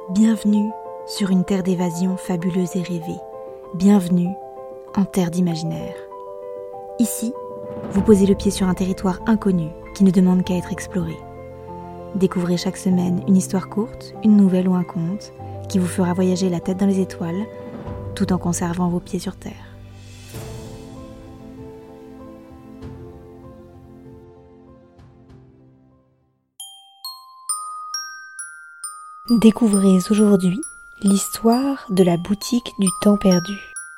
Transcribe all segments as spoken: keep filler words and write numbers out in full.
Bienvenue sur une terre d'évasion fabuleuse et rêvée. Bienvenue en terre d'imaginaire. Ici, vous posez le pied sur un territoire inconnu qui ne demande qu'à être exploré. Découvrez chaque semaine une histoire courte, une nouvelle ou un conte qui vous fera voyager la tête dans les étoiles tout en conservant vos pieds sur terre. Découvrez aujourd'hui l'histoire de la boutique du temps perdu.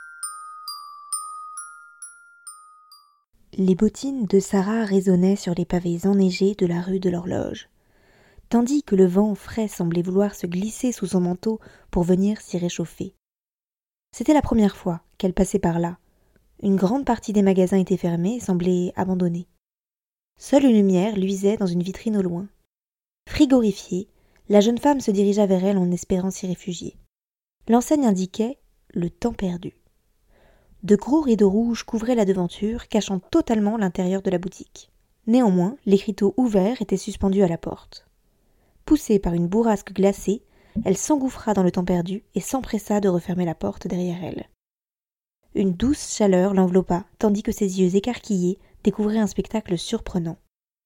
Les bottines de Sarah résonnaient sur les pavés enneigés de la rue de l'Horloge, tandis que le vent frais semblait vouloir se glisser sous son manteau pour venir s'y réchauffer. C'était la première fois qu'elle passait par là. Une grande partie des magasins étaient fermés et semblaient abandonnés. Seule une lumière luisait dans une vitrine au loin. Frigorifiée, la jeune femme se dirigea vers elle en espérant s'y réfugier. L'enseigne indiquait « le temps perdu ». De gros rideaux rouges couvraient la devanture, cachant totalement l'intérieur de la boutique. Néanmoins, l'écriteau ouvert était suspendu à la porte. Poussée par une bourrasque glacée, elle s'engouffra dans le temps perdu et s'empressa de refermer la porte derrière elle. Une douce chaleur l'enveloppa, tandis que ses yeux écarquillés découvraient un spectacle surprenant.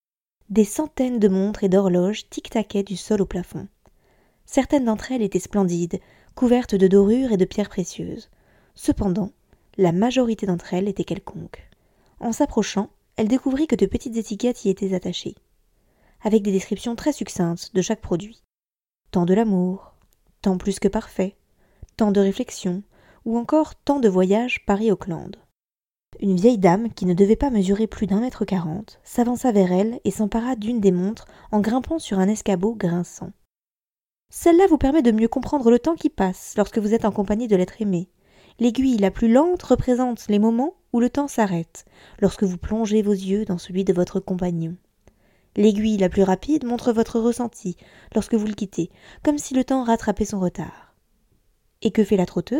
Des centaines de montres et d'horloges tic-taquaient du sol au plafond. Certaines d'entre elles étaient splendides, couvertes de dorures et de pierres précieuses. Cependant, la majorité d'entre elles étaient quelconques. En s'approchant, elle découvrit que de petites étiquettes y étaient attachées, avec des descriptions très succinctes de chaque produit. Tant de l'amour, tant plus que parfait, tant de réflexion, ou encore tant de voyages Paris-Auckland. Une vieille dame, qui ne devait pas mesurer plus d'un mètre quarante, s'avança vers elle et s'empara d'une des montres en grimpant sur un escabeau grinçant. « Celle-là vous permet de mieux comprendre le temps qui passe lorsque vous êtes en compagnie de l'être aimé. L'aiguille la plus lente représente les moments où le temps s'arrête, lorsque vous plongez vos yeux dans celui de votre compagnon. L'aiguille la plus rapide montre votre ressenti lorsque vous le quittez, comme si le temps rattrapait son retard. Et que fait la trotteuse ?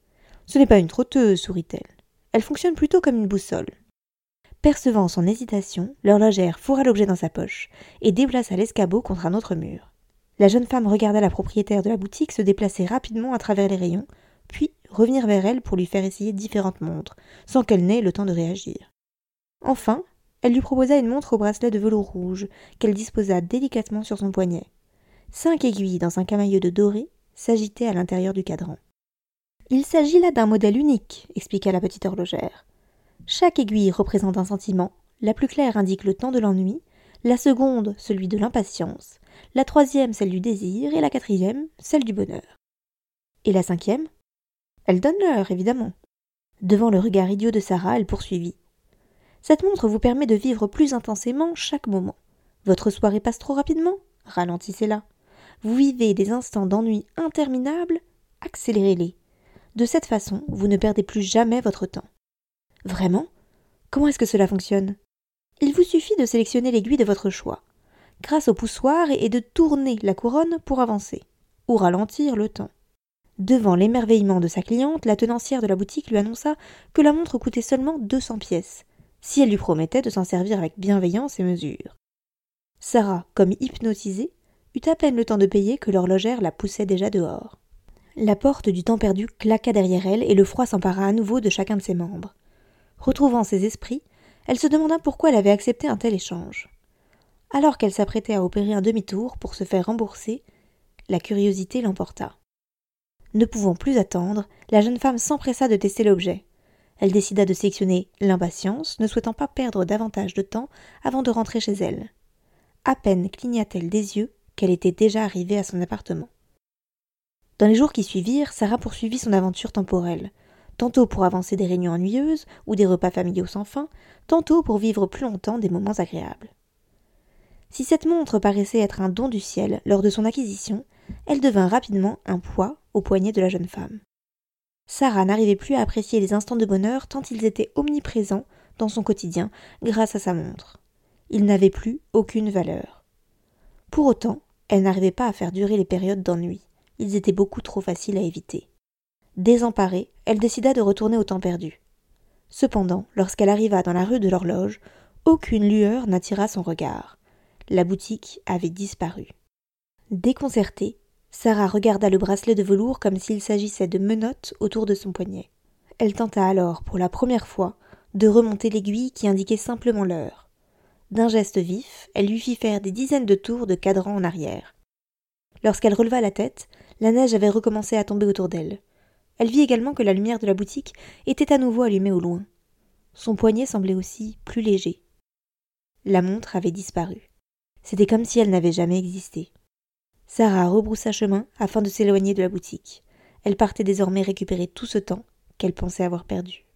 Ce n'est pas une trotteuse, sourit-elle. Elle fonctionne plutôt comme une boussole. » Percevant son hésitation, l'horlogère fourra l'objet dans sa poche et déplaça l'escabeau contre un autre mur. La jeune femme regarda la propriétaire de la boutique se déplacer rapidement à travers les rayons, puis revenir vers elle pour lui faire essayer différentes montres, sans qu'elle n'ait le temps de réagir. Enfin, elle lui proposa une montre au bracelet de velours rouge, qu'elle disposa délicatement sur son poignet. Cinq aiguilles dans un camailleux de doré s'agitaient à l'intérieur du cadran. « Il s'agit là d'un modèle unique, » expliqua la petite horlogère. « Chaque aiguille représente un sentiment, la plus claire indique le temps de l'ennui, la seconde celui de l'impatience, la troisième celle du désir et la quatrième celle du bonheur. Et la cinquième ? Elle donne l'heure, évidemment. » Devant le regard idiot de Sarah, elle poursuivit. « Cette montre vous permet de vivre plus intensément chaque moment. Votre soirée passe trop rapidement ? Ralentissez-la. Vous vivez des instants d'ennui interminables ? Accélérez-les. De cette façon, vous ne perdez plus jamais votre temps. » « Vraiment ? Comment est-ce que cela fonctionne ? » Il vous suffit de sélectionner l'aiguille de votre choix, grâce au poussoir, et de tourner la couronne pour avancer, ou ralentir le temps. Devant l'émerveillement de sa cliente, la tenancière de la boutique lui annonça que la montre coûtait seulement deux cents pièces, si elle lui promettait de s'en servir avec bienveillance et mesure. Sarah, comme hypnotisée, eut à peine le temps de payer que l'horlogère la poussait déjà dehors. La porte du temps perdu claqua derrière elle et le froid s'empara à nouveau de chacun de ses membres. Retrouvant ses esprits, elle se demanda pourquoi elle avait accepté un tel échange. Alors qu'elle s'apprêtait à opérer un demi-tour pour se faire rembourser, la curiosité l'emporta. Ne pouvant plus attendre, la jeune femme s'empressa de tester l'objet. Elle décida de sélectionner l'impatience, ne souhaitant pas perdre davantage de temps avant de rentrer chez elle. À peine cligna-t-elle des yeux qu'elle était déjà arrivée à son appartement. Dans les jours qui suivirent, Sarah poursuivit son aventure temporelle, tantôt pour avancer des réunions ennuyeuses ou des repas familiaux sans fin, tantôt pour vivre plus longtemps des moments agréables. Si cette montre paraissait être un don du ciel lors de son acquisition, elle devint rapidement un poids au poignet de la jeune femme. Sarah n'arrivait plus à apprécier les instants de bonheur tant ils étaient omniprésents dans son quotidien grâce à sa montre. Ils n'avaient plus aucune valeur. Pour autant, elle n'arrivait pas à faire durer les périodes d'ennui. Ils étaient beaucoup trop faciles à éviter. Désemparée, elle décida de retourner au temps perdu. Cependant, lorsqu'elle arriva dans la rue de l'Horloge, aucune lueur n'attira son regard. La boutique avait disparu. Déconcertée, Sarah regarda le bracelet de velours comme s'il s'agissait de menottes autour de son poignet. Elle tenta alors, pour la première fois, de remonter l'aiguille qui indiquait simplement l'heure. D'un geste vif, elle lui fit faire des dizaines de tours de cadran en arrière. Lorsqu'elle releva la tête, la neige avait recommencé à tomber autour d'elle. Elle vit également que la lumière de la boutique était à nouveau allumée au loin. Son poignet semblait aussi plus léger. La montre avait disparu. C'était comme si elle n'avait jamais existé. Sarah rebroussa chemin afin de s'éloigner de la boutique. Elle partait désormais récupérer tout ce temps qu'elle pensait avoir perdu.